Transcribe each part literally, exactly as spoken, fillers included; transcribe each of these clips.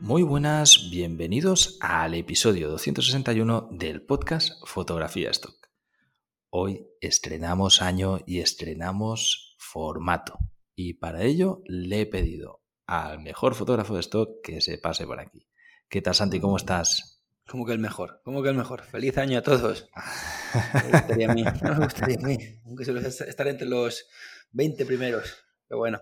Muy buenas, bienvenidos al episodio doscientos sesenta y uno del podcast Fotografía Stock. Hoy estrenamos año y estrenamos formato. Y para ello le he pedido al mejor fotógrafo de stock que se pase por aquí. ¿Qué tal, Santi? ¿Cómo estás? ¿Cómo que el mejor? ¿Cómo que el mejor? ¡Feliz año a todos! No me gustaría a mí, no me gustaría a mí, aunque suelo estar entre los veinte primeros. Pero bueno,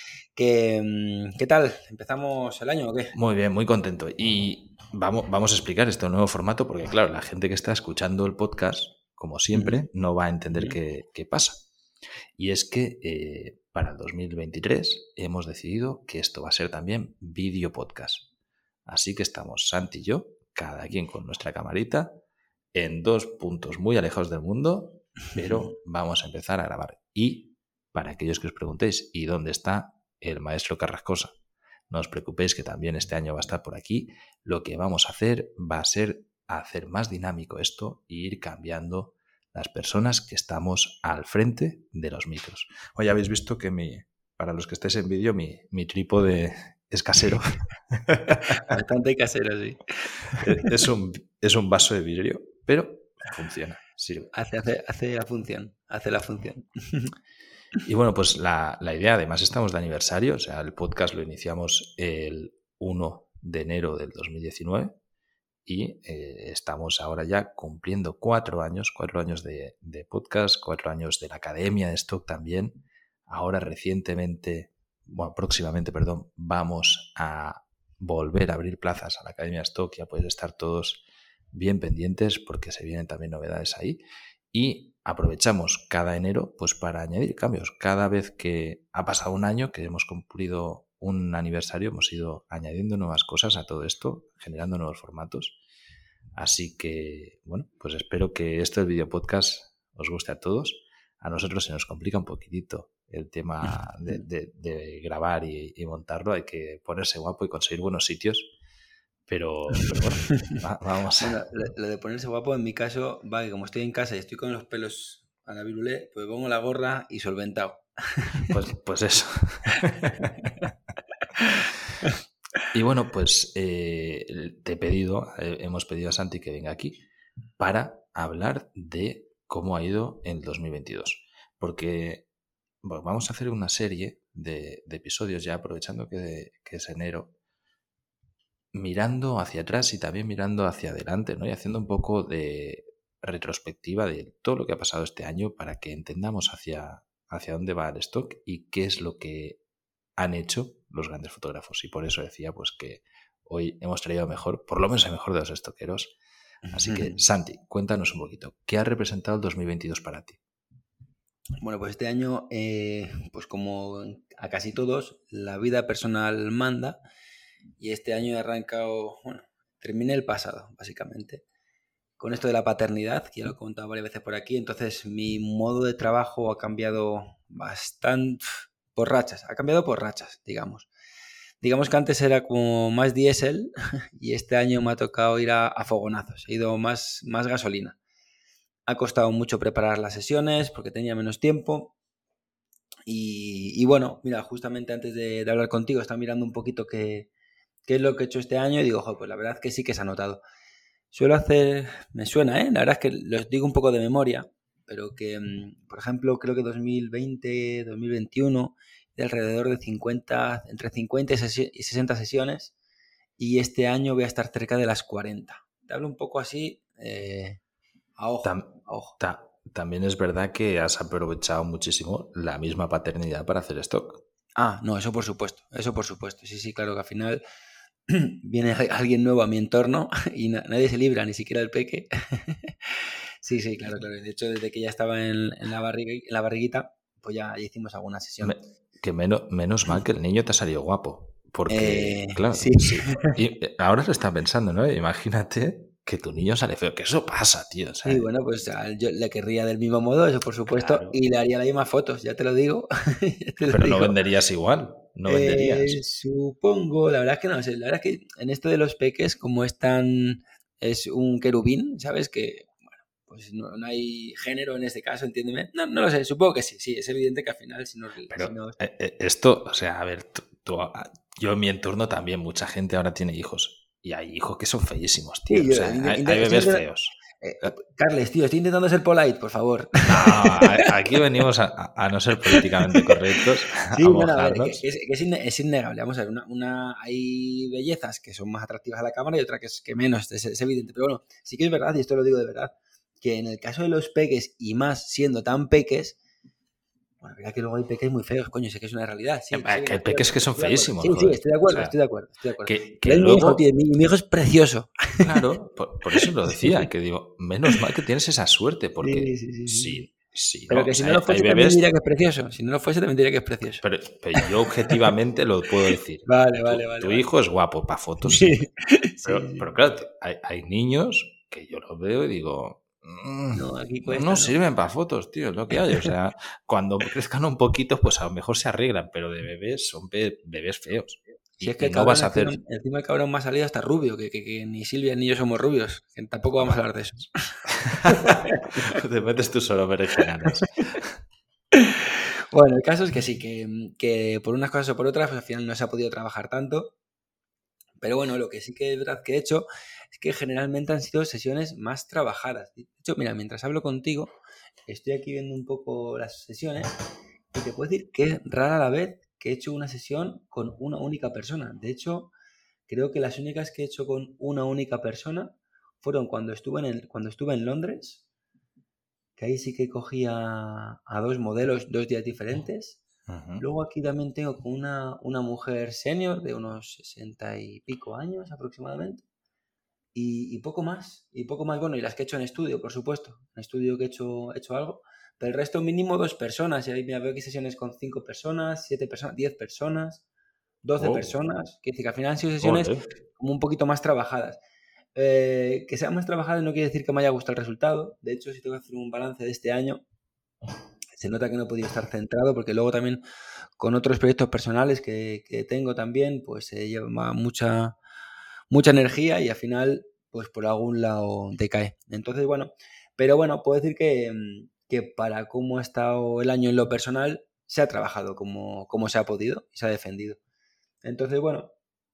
¿qué, qué tal? ¿Empezamos el año o qué? Muy bien, muy contento. Y vamos, vamos a explicar este nuevo formato porque, claro, la gente que está escuchando el podcast, como siempre, Uh-huh. no va a entender Uh-huh. qué, qué pasa. Y es que eh, para el dos mil veintitrés hemos decidido que esto va a ser también vídeo podcast. Así que estamos Santi y yo, cada quien con nuestra camarita, en dos puntos muy alejados del mundo, pero vamos a empezar a grabar. Y para aquellos que os preguntéis, ¿y dónde está el maestro Carrascosa? No os preocupéis que también este año va a estar por aquí. Lo que vamos a hacer va a ser hacer más dinámico esto e ir cambiando las personas que estamos al frente de los micros. Hoy habéis visto que mi, para los que estéis en vídeo, mi, mi trípode es casero. Bastante casero, sí. Es un, es un vaso de vidrio, pero funciona, sirve. Hace, hace, hace la función, hace la función. Y bueno, pues la, la idea, además estamos de aniversario, o sea, el podcast lo iniciamos el primero de enero del dos mil diecinueve y eh, estamos ahora ya cumpliendo cuatro años, cuatro años de, de podcast, cuatro años de la Academia de Stock también. Ahora recientemente, bueno, próximamente, perdón, vamos a volver a abrir plazas a la Academia de Stock. Ya podéis estar todos bien pendientes porque se vienen también novedades ahí. Y aprovechamos cada enero pues para añadir cambios. Cada vez que ha pasado un año, que hemos cumplido un aniversario, hemos ido añadiendo nuevas cosas a todo esto, generando nuevos formatos. Así que, bueno, pues espero que esto del video podcast os guste a todos. A nosotros se nos complica un poquitito el tema de, de, de grabar y, y montarlo. Hay que ponerse guapo y conseguir buenos sitios. Pero, pero bueno, va, vamos. Bueno, lo, lo de ponerse guapo en mi caso va que como estoy en casa y estoy con los pelos a la virulé, pues pongo la gorra y solventado. Pues, pues eso. Y bueno, pues eh, te he pedido, eh, hemos pedido a Santi que venga aquí para hablar de cómo ha ido en el dos mil veintidós. Porque bueno, vamos a hacer una serie de, de episodios ya aprovechando que, que es enero, mirando hacia atrás y también mirando hacia adelante, ¿no? Y haciendo un poco de retrospectiva de todo lo que ha pasado este año para que entendamos hacia, hacia dónde va el stock y qué es lo que han hecho los grandes fotógrafos. Y por eso decía pues que hoy hemos traído mejor, por lo menos el mejor de los estoqueros. Así que, Santi, cuéntanos un poquito, ¿qué ha representado el dos mil veintidós para ti? Bueno, pues este año, eh, pues como a casi todos, la vida personal manda y este año he arrancado, bueno, terminé el pasado, básicamente, con esto de la paternidad, que ya lo he contado varias veces por aquí, entonces mi modo de trabajo ha cambiado bastante por rachas, ha cambiado por rachas, digamos. Digamos que antes era como más diésel y este año me ha tocado ir a, a fogonazos, he ido más, más gasolina. Ha costado mucho preparar las sesiones porque tenía menos tiempo. Y, y bueno, mira, justamente antes de, de hablar contigo, estaba mirando un poquito qué, qué es lo que he hecho este año y digo, joder, pues la verdad es que sí que se ha notado. Suelo hacer, me suena, ¿eh? La verdad es que los digo un poco de memoria, pero que, por ejemplo, creo que dos mil veinte, dos mil veintiuno, de alrededor de cincuenta, entre cincuenta y sesenta sesiones, y este año voy a estar cerca de las cuarenta. Te hablo un poco así, eh, a ojo, Tam, a ojo. ta, también es verdad que has aprovechado muchísimo la misma paternidad para hacer stock. Ah, no, eso por supuesto, eso por supuesto. Sí, sí, claro que al final viene alguien nuevo a mi entorno y na- nadie se libra, ni siquiera el peque. Sí, sí, claro, claro. De hecho, desde que ya estaba en, en la, barriga, en la barriguita, pues ya, ya hicimos alguna sesión. Me, que menos, menos mal que el niño te ha salido guapo. Porque, Eh, claro, sí. sí. Y ahora se está pensando, ¿no? Imagínate que tu niño sale feo. Que eso pasa, tío. O Sí, sea, bueno, pues a él yo le querría del mismo modo, eso por supuesto, claro. y le haría las mismas fotos, ya te lo digo. Ya te lo Pero no digo. venderías igual. No Eh, venderías. supongo, la verdad es que no sé, la verdad es que en esto de los peques, como es tan, es un querubín, ¿sabes? Que, bueno, pues no, no hay género en este caso, entiéndeme. No, no lo sé, supongo que sí, sí, es evidente que al final si nos... Si Pero nos eh, eh, esto, o sea, a ver, tú, yo en mi entorno también, mucha gente ahora tiene hijos. Y hay hijos que son feísimos, tío. Sí, O yo, sea, inde- hay, inde- hay estoy bebés intentando- feos. eh, eh, Carles, tío, estoy intentando ser polite, por favor. No, a- aquí venimos a, a no ser políticamente correctos, a Sí, no, no, a ver, que, mojarnos. que es, que es inne- es innegable. Vamos a ver, una, una- hay bellezas que son más atractivas a la cámara y otra que es que menos, es, es evidente. Pero bueno, sí que es verdad, y esto lo digo de verdad, que en el caso de los peques, y más siendo tan peques, bueno, verdad que luego hay peques muy feos, coño, sé que es una realidad. Sí, Eh, sí, Que hay estoy de peques que acuerdo, son estoy de acuerdo. feísimos, Sí, sí, joder. estoy de O acuerdo, sea, estoy de acuerdo, estoy de acuerdo. que, que Pero es mi hijo, luego, tío, mi, mi hijo es precioso. claro, por, por eso lo decía, Sí, que digo, menos mal que tienes esa suerte, sí, porque sí, sí, sí, sí. si, si Pero no, o que si sea, no hay, lo hay fuese también diría bebés, que es precioso. Si no lo fuese también diría que es precioso. pero, pero yo objetivamente lo puedo decir. Vale, vale, Tu, vale, tu vale. hijo es guapo, para fotos Sí, sí. sí, Pero, pero sí. claro, hay, hay niños que yo los veo y digo, "Mm, No, aquí no nos cuesta, ¿no? sirven para fotos, tío, es lo que hay". O sea, cuando crezcan un poquito, pues a lo mejor se arreglan, pero de bebés son be- bebés feos. Si es Y, que y el no vas cabrón a encima, hacer... encima el cabrón me ha salido hasta rubio, que, que- que ni Silvia ni yo somos rubios. Que tampoco vamos a hablar de eso. Te metes tú solo berenjenas. Bueno, el caso es que sí, que, que por unas cosas o por otras, pues al final no se ha podido trabajar tanto. Pero bueno, lo que sí que es verdad que he hecho es que generalmente han sido sesiones más trabajadas. De hecho, mira, mientras hablo contigo, estoy aquí viendo un poco las sesiones y te puedo decir que es rara la vez que he hecho una sesión con una única persona. De hecho, creo que las únicas que he hecho con una única persona fueron cuando estuve en, el, cuando estuve en Londres, que ahí sí que cogía a dos modelos dos días diferentes. Ujú. Luego aquí también tengo con una, una mujer senior de unos sesenta y pico años aproximadamente. Y, y poco más, y poco más, bueno, y las que he hecho en estudio, por supuesto, en estudio que he hecho, he hecho algo, pero el resto mínimo dos personas, y ahí mira, veo que sesiones con cinco personas, siete personas, diez personas, doce Oh, personas, que, que al final han sido sesiones ole. como un poquito más trabajadas. Eh, que sean más trabajadas no quiere decir que me haya gustado el resultado, de hecho si tengo que hacer un balance de este año, se nota que no he podido estar centrado, porque luego también con otros proyectos personales que, que tengo también, pues se lleva mucha mucha energía y al final, pues por algún lado decae. Entonces, bueno, pero bueno, puedo decir que, mm, que para cómo ha estado el año en lo personal, se ha trabajado como, como se ha podido y se ha defendido. Entonces, bueno,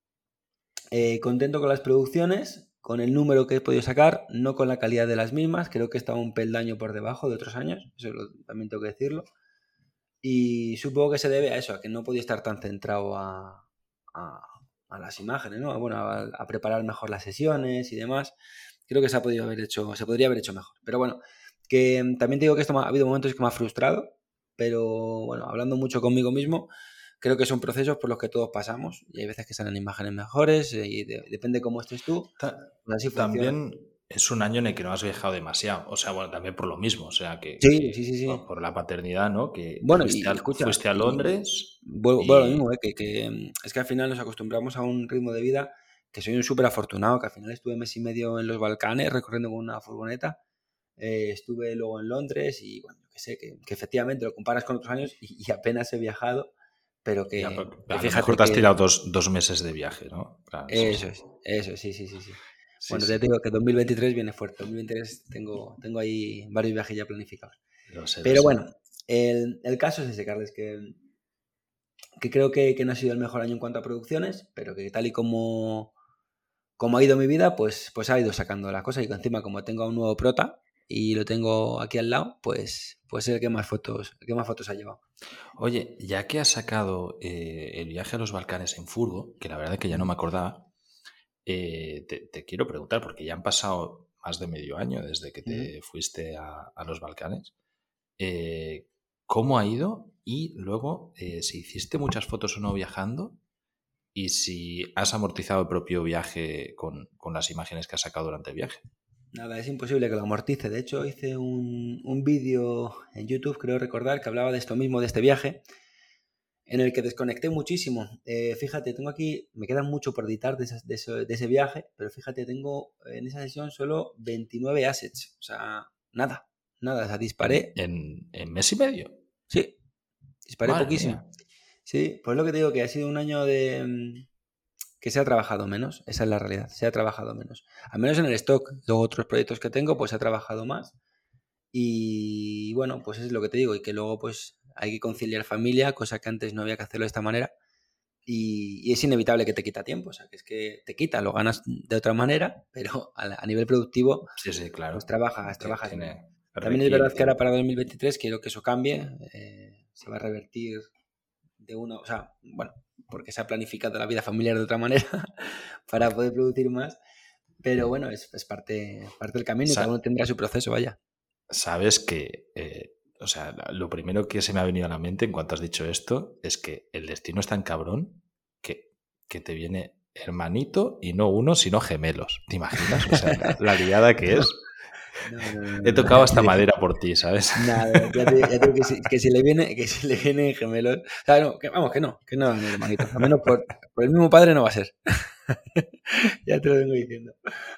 eh, contento con las producciones, con el número que he podido sacar, no con la calidad de las mismas, creo que estaba un peldaño por debajo de otros años, eso lo, también tengo que decirlo. Y supongo que se debe a eso, a que no podía estar tan centrado a, a, a las imágenes, ¿no? Bueno, a, a, preparar mejor las sesiones y demás. Creo que se ha podido haber hecho, se podría haber hecho mejor. Pero bueno, que también te digo que esto me ha, ha habido momentos que me ha frustrado, pero bueno, hablando mucho conmigo mismo, creo que son procesos por los que todos pasamos y hay veces que salen imágenes mejores y de, depende cómo estés tú, Ta- pues así funciona. También es un año en el que no has viajado demasiado. O sea, bueno, también por lo mismo. O sea, que, Sí, sí, que sí, por, sí. por la paternidad, ¿no? Que Bueno, fuiste y, y a, escucha, fuiste a y Londres vuelvo, vuelvo a lo y... mismo, ¿eh? que, que, mm, es que al final nos acostumbramos a un ritmo de vida que soy un súper afortunado, que al final estuve mes y medio en los Balcanes recorriendo con una furgoneta, eh, estuve luego en Londres y bueno, yo que sé, que, que efectivamente lo comparas con otros años y, y apenas he viajado, pero Ya, que, pero que a lo mejor fíjate te has que tirado dos, dos meses de viaje, ¿no? Claro, sí, eso sí. es, eso, sí, sí, sí, sí. Sí, Bueno, te sí. digo que dos mil veintitrés viene fuerte, dos mil veintitrés tengo, tengo ahí varios viajes ya planificados. Lo sé, lo Pero sé. bueno, el, el caso es ese, Carles, que que creo que, que no ha sido el mejor año en cuanto a producciones, pero que tal y como, como ha ido mi vida, pues, pues ha ido sacando las cosas y que encima como tengo a un nuevo prota y lo tengo aquí al lado, pues, pues es el que más fotos, el que más fotos ha llevado. Oye, ya que has sacado eh, el viaje a los Balcanes en furgo, que la verdad es que ya no me acordaba, eh, te, te quiero preguntar, porque ya han pasado más de medio año desde que Ujú. te fuiste a, a los Balcanes. eh, ¿Cómo ha ido? Y luego, eh, si hiciste muchas fotos o no viajando, y si has amortizado el propio viaje con, con las imágenes que has sacado durante el viaje. Nada, es imposible que lo amortice. De hecho, hice un, un vídeo en YouTube, creo recordar, que hablaba de esto mismo, de este viaje, en el que desconecté muchísimo. Eh, fíjate, tengo aquí, me queda mucho por editar de, esas- de ese, de ese viaje, pero fíjate, tengo en esa sesión solo veintinueve assets. O sea, nada, nada. O sea, ¿En, disparé, en, en mes y medio? sí, disparé Madre poquísimo. mía. Sí, pues lo que te digo, que ha sido un año de mm, que se ha trabajado menos, esa es la realidad, se ha trabajado menos. Al menos en el stock, luego otros proyectos que tengo, pues se ha trabajado más. Y bueno, pues es lo que te digo, y que luego pues hay que conciliar familia, cosa que antes no había que hacerlo de esta manera. y, y es inevitable que te quita tiempo, o sea, que es que te quita, lo ganas de otra manera, pero a, a nivel productivo, Sí, sí, claro. pues trabajas, Tiene, trabajas bien. tiene, También es verdad que ahora tiempo. para dos mil veintitrés quiero que eso cambie, eh, se va a revertir de una, o sea, bueno, porque se ha planificado la vida familiar de otra manera para poder producir más, pero bueno, es, es parte, parte del camino y cada uno tendrá su proceso, vaya. Sabes que, eh, o sea, lo primero que se me ha venido a la mente en cuanto has dicho esto es que el destino es tan cabrón que, que te viene hermanito y no uno, sino gemelos. ¿Te imaginas? O sea, la, la liada que es. No, no, no, He no, tocado ya hasta te digo. madera por ti, ¿sabes? Nada, ya te, ya te digo que si, que si le viene, que si le vienen gemelos. O sea, no, que, vamos, que no, que no, mi hermanito. Al menos por, por el mismo padre no va a ser. Ya te lo vengo diciendo.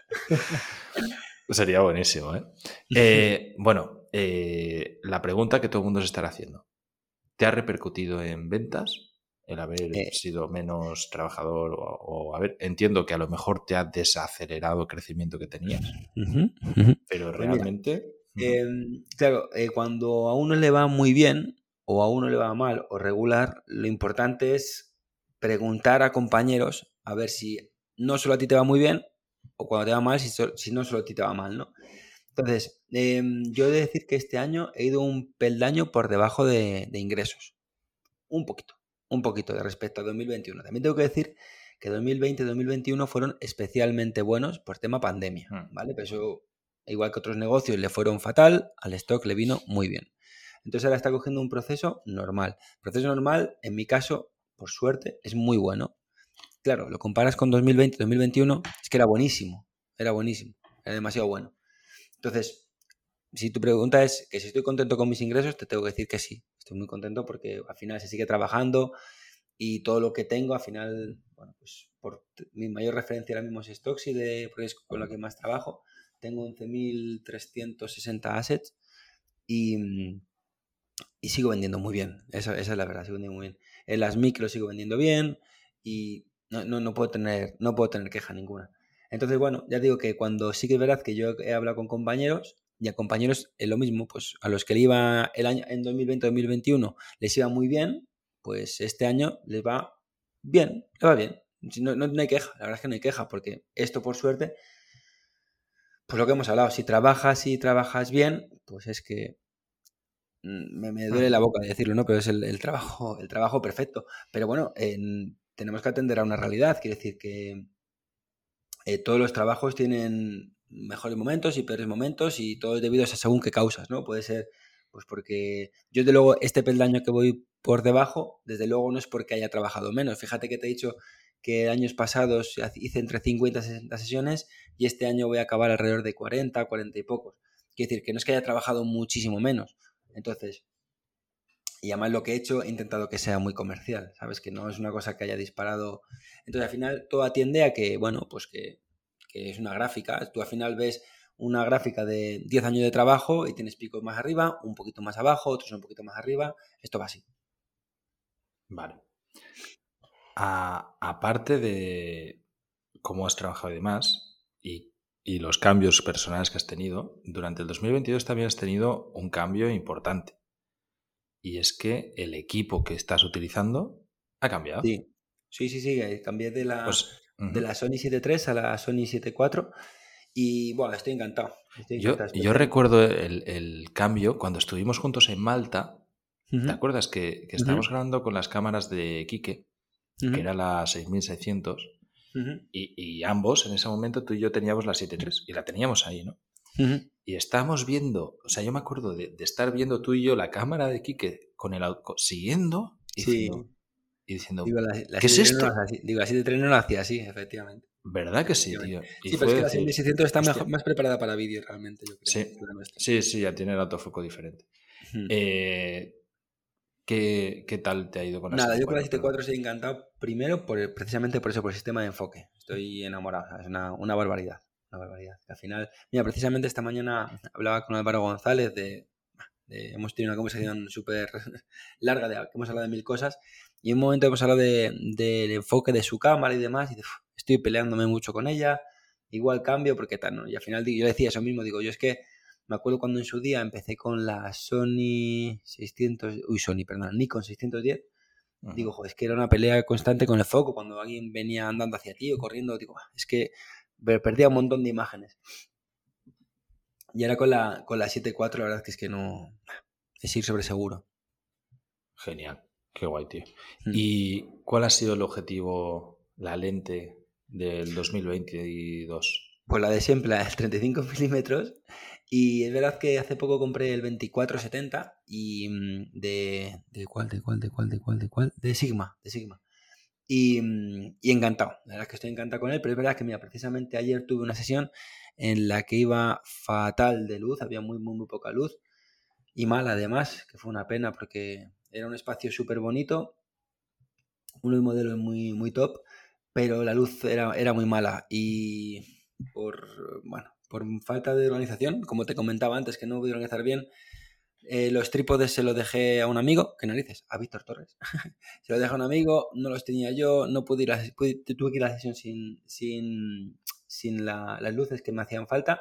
Sería buenísimo, ¿eh? eh bueno, eh, la pregunta que todo el mundo se estará haciendo. ¿Te ha repercutido en ventas el haber Eh, sido menos trabajador? O, o, a ver, entiendo que a lo mejor te ha desacelerado el crecimiento que tenías, uh-huh, uh-huh. pero Pues mira, realmente... eh, claro, eh, cuando a uno le va muy bien o a uno le va mal o regular, lo importante es preguntar a compañeros a ver si no solo a ti te va muy bien o cuando te va mal, si, so, si no solo a ti te va mal, ¿no? Entonces, eh, yo he de decir que este año he ido un peldaño por debajo de, de ingresos. Un poquito, un poquito de respecto a dos mil veintiuno. También tengo que decir que dos mil veinte y dos mil veintiuno fueron especialmente buenos por tema pandemia, ¿vale? Pero eso, igual que otros negocios, le fueron fatal, al stock le vino muy bien. Entonces ahora está cogiendo un proceso normal. Proceso normal, en mi caso, por suerte, es muy bueno. Claro, lo comparas con dos mil veinte, dos mil veintiuno, es que era buenísimo, era buenísimo, era demasiado bueno. Entonces, si tu pregunta es que si estoy contento con mis ingresos, te tengo que decir que sí. Estoy muy contento porque al final se sigue trabajando y todo lo que tengo, al final, bueno, pues por mi mayor referencia ahora mismo es Stocksy, de, porque es con lo que más trabajo. Tengo once mil trescientos sesenta assets y, y sigo vendiendo muy bien. Esa, esa es la verdad, sigo vendiendo muy bien. En las micros sigo vendiendo bien y no, no, no, puedo tener, no puedo tener queja ninguna. Entonces, bueno, ya digo que cuando sí que es verdad que yo he hablado con compañeros y a compañeros es lo mismo, pues a los que le iba el año en dos mil veinte dos mil veintiuno les iba muy bien, pues este año les va bien, les va bien. No, no, no hay queja, la verdad es que no hay queja, porque esto por suerte, pues lo que hemos hablado, si trabajas y trabajas bien, pues es que me, me duele la boca de decirlo, ¿no? Pero es el, el trabajo, el trabajo perfecto. Pero bueno, en, tenemos que atender a una realidad, quiere decir que eh, todos los trabajos tienen mejores momentos y peores momentos y todo es debido a según qué causas, ¿no? Puede ser, pues porque yo, desde luego, este peldaño que voy por debajo, desde luego no es porque haya trabajado menos. Fíjate que te he dicho que años pasados hice entre cincuenta y sesenta sesiones y este año voy a acabar alrededor de cuarenta, cuarenta y pocos. Quiere decir que no es que haya trabajado muchísimo menos. Entonces, y además lo que he hecho he intentado que sea muy comercial, ¿sabes? Que no es una cosa que haya disparado. Entonces al final todo atiende a que, bueno, pues que, que es una gráfica. Tú al final ves una gráfica de diez años de trabajo y tienes picos más arriba, un poquito más abajo, otros un poquito más arriba. Esto va así. Vale. A, aparte de cómo has trabajado y demás, y, y los cambios personales que has tenido, durante el dos mil veintidós también has tenido un cambio importante. Y es que el equipo que estás utilizando ha cambiado. Sí, sí, sí, sí. Cambié de la, Pues, de uh-huh. la Sony siete tres a la Sony siete cuatro y bueno, estoy encantado. Estoy encantado. Yo, yo recuerdo el, el cambio cuando estuvimos juntos en Malta. ¿Te Uh-huh. acuerdas que, que estábamos Uh-huh. grabando con las cámaras de Quique, Uh-huh. que era la seis mil seiscientos? Uh-huh. Y, y ambos, en ese momento, tú y yo teníamos la siete tres y la teníamos ahí, ¿no? Uh-huh. Y estábamos viendo, o sea, yo me acuerdo de, de estar viendo tú y yo la cámara de Quique con el auto, siguiendo y diciendo, Sí. y diciendo Digo, la, la ¿qué es siete tres no lo esto? hace así. Digo, la siete tres no lo hacía así, efectivamente. ¿Verdad que sí, efectivamente. tío? Y Sí, pero es fue que la decir, seis mil seiscientos está hostia, mejor, más preparada para vídeo realmente, yo creo, sí, que la nuestra. sí, sí, ya tiene el autofoco diferente. Hmm. Eh, ¿qué, ¿Qué tal te ha ido con la Nada, siete yo con la cuatro? siete Perdón. cuatro estoy encantado, primero, por, precisamente por eso, por el sistema de enfoque. Estoy enamorado, es una, una barbaridad. Una barbaridad. Al final, mira, precisamente esta mañana hablaba con Álvaro González de, de hemos tenido una conversación súper larga, de que hemos hablado de mil cosas, y en un momento hemos hablado de, del enfoque de su cámara y demás, y de, uf, estoy peleándome mucho con ella, igual cambio, porque tal, ¿no? Y al final yo decía eso mismo, digo, yo es que me acuerdo cuando en su día empecé con la Sony seiscientos, uy, Sony, perdón, Nikon seiscientos diez, Uh-huh. Digo, joder, es que era una pelea constante con el foco. Cuando alguien venía andando hacia ti o corriendo, digo, es que perdía un montón de imágenes. Y ahora con la, con la siete cuatro, la verdad que es que no... Es ir sobre seguro. Genial. Qué guay, tío. Mm. ¿Y cuál ha sido el objetivo, la lente del dos mil veintidós? Pues la de siempre, la del treinta y cinco milímetros. Y es verdad que hace poco compré el veinticuatro setenta y de... ¿De cuál, de cuál, de cuál, de cuál, de cuál? De Sigma, de Sigma. Y, y encantado, la verdad es que estoy encantado con él, pero es verdad que, mira, precisamente ayer tuve una sesión en la que iba fatal de luz, había muy, muy, muy poca luz y mal además, que fue una pena porque era un espacio súper bonito, unos modelos muy, muy top, pero la luz era, era muy mala y por, bueno, por falta de organización, como te comentaba antes, que no pude organizar bien, eh, los trípodes se los dejé a un amigo, que narices, a Víctor Torres. Se los dejé a un amigo, no los tenía yo, no pude ir a, pude, tuve que ir a la sesión sin, sin, sin la, las luces que me hacían falta.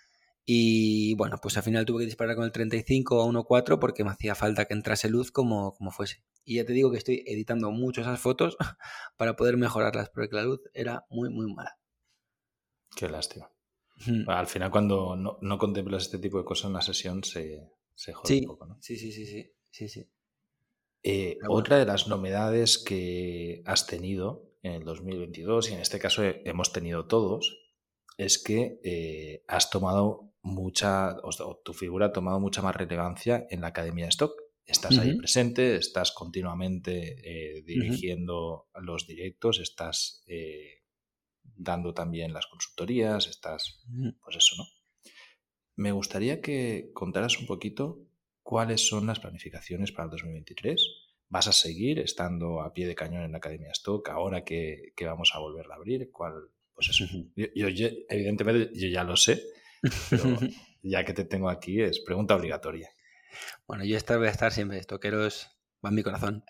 Y bueno, pues al final tuve que disparar con el treinta y cinco a uno punto cuatro porque me hacía falta que entrase luz como, como fuese. Y ya te digo que estoy editando mucho esas fotos para poder mejorarlas, porque la luz era muy, muy mala. Qué lástima. Al final, cuando no, no contemplas este tipo de cosas en la sesión, se, se jode sí, un poco, ¿no? Sí, sí, sí, sí, sí, sí. Eh, Bueno. Otra de las novedades que has tenido en el dos mil veintidós, y en este caso hemos tenido todos, es que eh, has tomado mucha, o tu figura ha tomado mucha más relevancia en la Academia de Stock. Estás uh-huh. ahí presente, estás continuamente eh, dirigiendo uh-huh. los directos, estás eh, dando también las consultorías, estás, uh-huh. pues eso, ¿no? Me gustaría que contaras un poquito cuáles son las planificaciones para el dos mil veintitrés. ¿Vas a seguir estando a pie de cañón en la Academia Stock ahora que, que vamos a volverla a abrir? ¿Cuál? Pues eso. Yo, yo, yo, evidentemente yo ya lo sé, pero ya que te tengo aquí es pregunta obligatoria. Bueno, yo esta voy a estar siempre. Estoqueros va en mi corazón.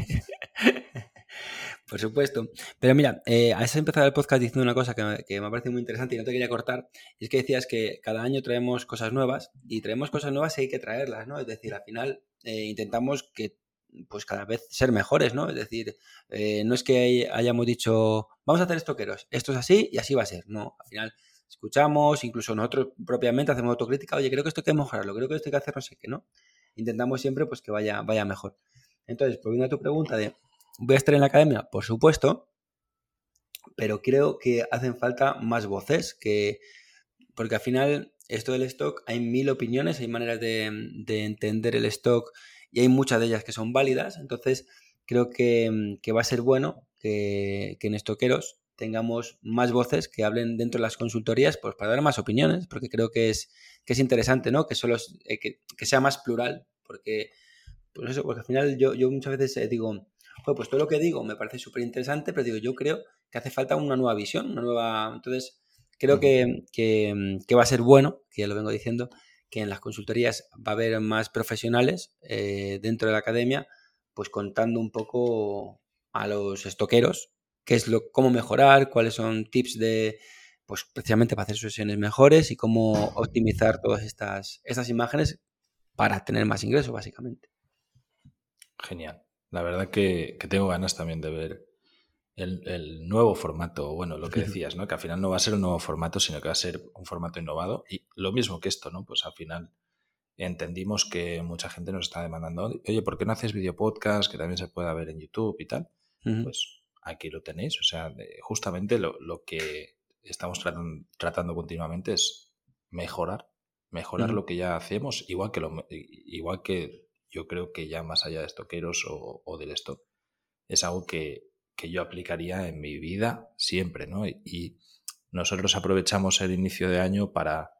Por supuesto. Pero mira, eh, has empezado el podcast diciendo una cosa que me, que me parece muy interesante y no te quería cortar. Y es que decías que cada año traemos cosas nuevas y traemos cosas nuevas y hay que traerlas, ¿no? Es decir, al final eh, intentamos que pues cada vez ser mejores, ¿no? Es decir, eh, no es que hayamos dicho, vamos a hacer estoqueros, esto es así y así va a ser. No, al final escuchamos, incluso nosotros propiamente hacemos autocrítica, oye, creo que esto hay que mejorarlo, creo que esto hay que hacer no sé qué, ¿no? Intentamos siempre pues que vaya, vaya mejor. Entonces, volviendo a tu pregunta de, ¿voy a estar en la academia? Por supuesto, pero creo que hacen falta más voces, que porque al final esto del stock hay mil opiniones, hay maneras de, de entender el stock y hay muchas de ellas que son válidas, entonces creo que, que va a ser bueno que, que en Estoqueros tengamos más voces que hablen dentro de las consultorías pues para dar más opiniones, porque creo que es, que es interesante, ¿no? Que, solo, eh, que, que sea más plural, porque, pues eso, porque al final yo, yo muchas veces digo, pues todo lo que digo me parece súper interesante, pero digo, yo creo que hace falta una nueva visión, una nueva... Entonces, creo uh-huh. que, que, que va a ser bueno, que ya lo vengo diciendo, que en las consultorías va a haber más profesionales eh, dentro de la academia, pues contando un poco a los estoqueros qué es lo, cómo mejorar, cuáles son tips de, pues precisamente para hacer sesiones mejores y cómo optimizar todas estas, estas imágenes para tener más ingresos, básicamente. Genial. La verdad que, que tengo ganas también de ver el, el nuevo formato, bueno, lo que decías, ¿no? Que al final no va a ser un nuevo formato, sino que va a ser un formato innovado. Y lo mismo que esto, ¿no? Pues al final entendimos que mucha gente nos está demandando, oye, ¿por qué no haces video podcast que también se pueda ver en YouTube y tal? Uh-huh. Pues aquí lo tenéis. O sea, justamente lo, lo que estamos tratando, tratando continuamente es mejorar, mejorar uh-huh. lo que ya hacemos, igual que lo, igual que yo creo que ya más allá de estoqueros o, o del stock, es algo que, que yo aplicaría en mi vida siempre, ¿no? Y, y nosotros aprovechamos el inicio de año para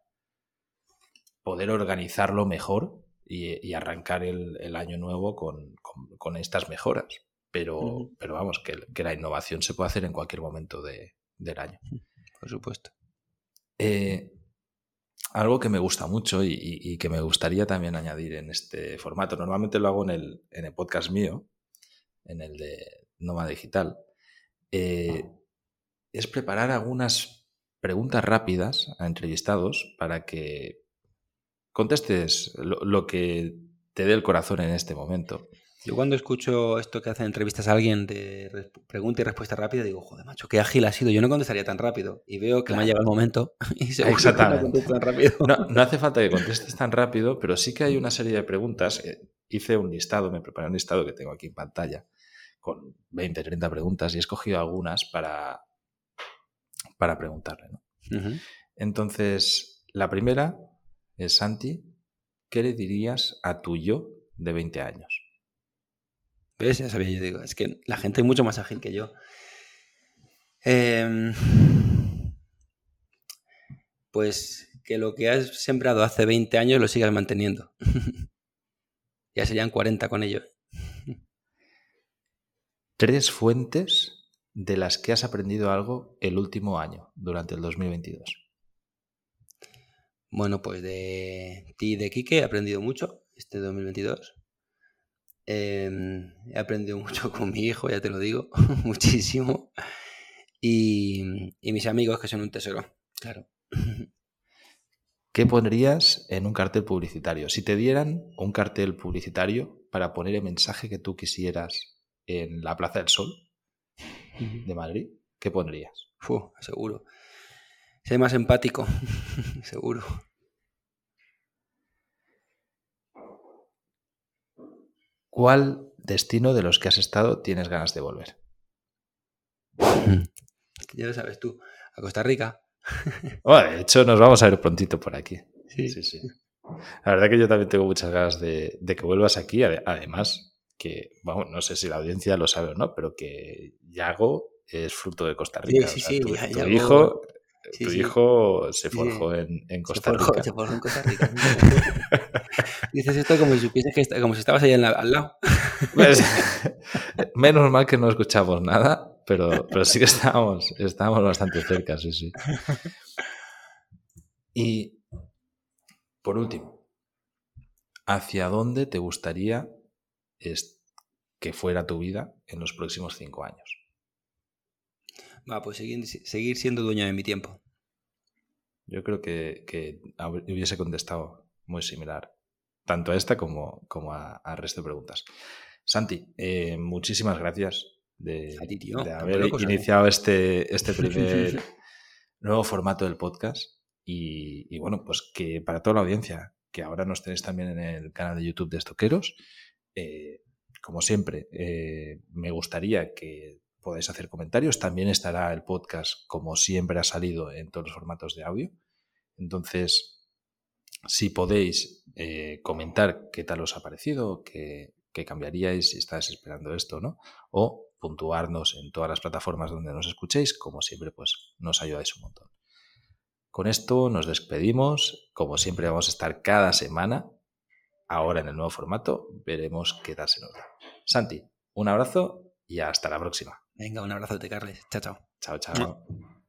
poder organizarlo mejor y, y arrancar el, el año nuevo con, con, con estas mejoras. Pero, uh-huh. pero vamos, que, que la innovación se puede hacer en cualquier momento de, del año. Por supuesto. Eh, algo que me gusta mucho y, y, y que me gustaría también añadir en este formato, normalmente lo hago en el, en el podcast mío, en el de Nómada Digital, eh, es preparar algunas preguntas rápidas a entrevistados para que contestes lo, lo que te dé el corazón en este momento. Yo cuando escucho esto que hacen entrevistas a alguien de pregunta y respuesta rápida, digo, joder, macho, qué ágil ha sido. Yo no contestaría tan rápido. Y veo que claro. me ha llegado el momento y seguro Exactamente. que no contesto tan rápido. No, no hace falta que contestes tan rápido, pero sí que hay una serie de preguntas. Hice un listado, me preparé un listado que tengo aquí en pantalla con veinte, treinta preguntas y he escogido algunas para, para preguntarle, ¿no? Uh-huh. Entonces, la primera es, Santi, ¿qué le dirías a tu yo de veinte años? ¿Ves? Ya sabía, yo digo, es que la gente es mucho más ágil que yo. Eh, pues que lo que has sembrado hace veinte años lo sigas manteniendo. Ya serían cuarenta con ello. Tres fuentes de las que has aprendido algo el último año, durante el dos mil veintidós. Bueno, pues de ti y de Quique he aprendido mucho este dos mil veintidós. Eh, he aprendido mucho con mi hijo, ya te lo digo, muchísimo. Y, y mis amigos, que son un tesoro, claro. ¿Qué pondrías en un cartel publicitario? Si te dieran un cartel publicitario para poner el mensaje que tú quisieras en la Plaza del Sol de Madrid, ¿qué pondrías? Uf, seguro. Sé más empático, seguro. ¿Cuál destino de los que has estado tienes ganas de volver? Ya lo sabes tú. A Costa Rica. Bueno, de hecho, nos vamos a ver prontito por aquí. Sí, sí, sí. La verdad que yo también tengo muchas ganas de, de que vuelvas aquí. Además, que, bueno, no sé si la audiencia lo sabe o no, pero que Yago es fruto de Costa Rica. Sí, sí, o sea, sí. Tu, Ya, tu Yago... hijo, sí, tu sí. hijo se forjó sí. en, en Costa se forjó, Rica. Se forjó en Costa Rica. Dices esto como si supieses que está, como si estabas ahí al lado. Pues, menos mal que no escuchamos nada, pero, pero sí que estábamos, estábamos bastante cerca, sí, sí. Y, por último, ¿hacia dónde te gustaría que fuera tu vida en los próximos cinco años? Va, pues seguir, seguir siendo dueño de mi tiempo. Yo creo que, que hubiese contestado muy similar, tanto a esta como, como a, a resto de preguntas. Santi, eh, muchísimas gracias de, a ti, tío, de haber iniciado este, este primer nuevo formato del podcast. Y, y bueno, pues que para toda la audiencia, que ahora nos tenéis también en el canal de YouTube de Estoqueros, eh, como siempre, eh, me gustaría que podáis hacer comentarios. También estará el podcast, como siempre ha salido, en todos los formatos de audio. Entonces, si podéis eh, comentar qué tal os ha parecido, qué, qué cambiaríais si estáis esperando esto, ¿no? O puntuarnos en todas las plataformas donde nos escuchéis, como siempre, pues nos ayudáis un montón. Con esto nos despedimos. Como siempre, vamos a estar cada semana. Ahora en el nuevo formato, veremos qué tal se nos da. Santi, un abrazo y hasta la próxima. Venga, un abrazote, Carles. Chao, chao. Chao, chao.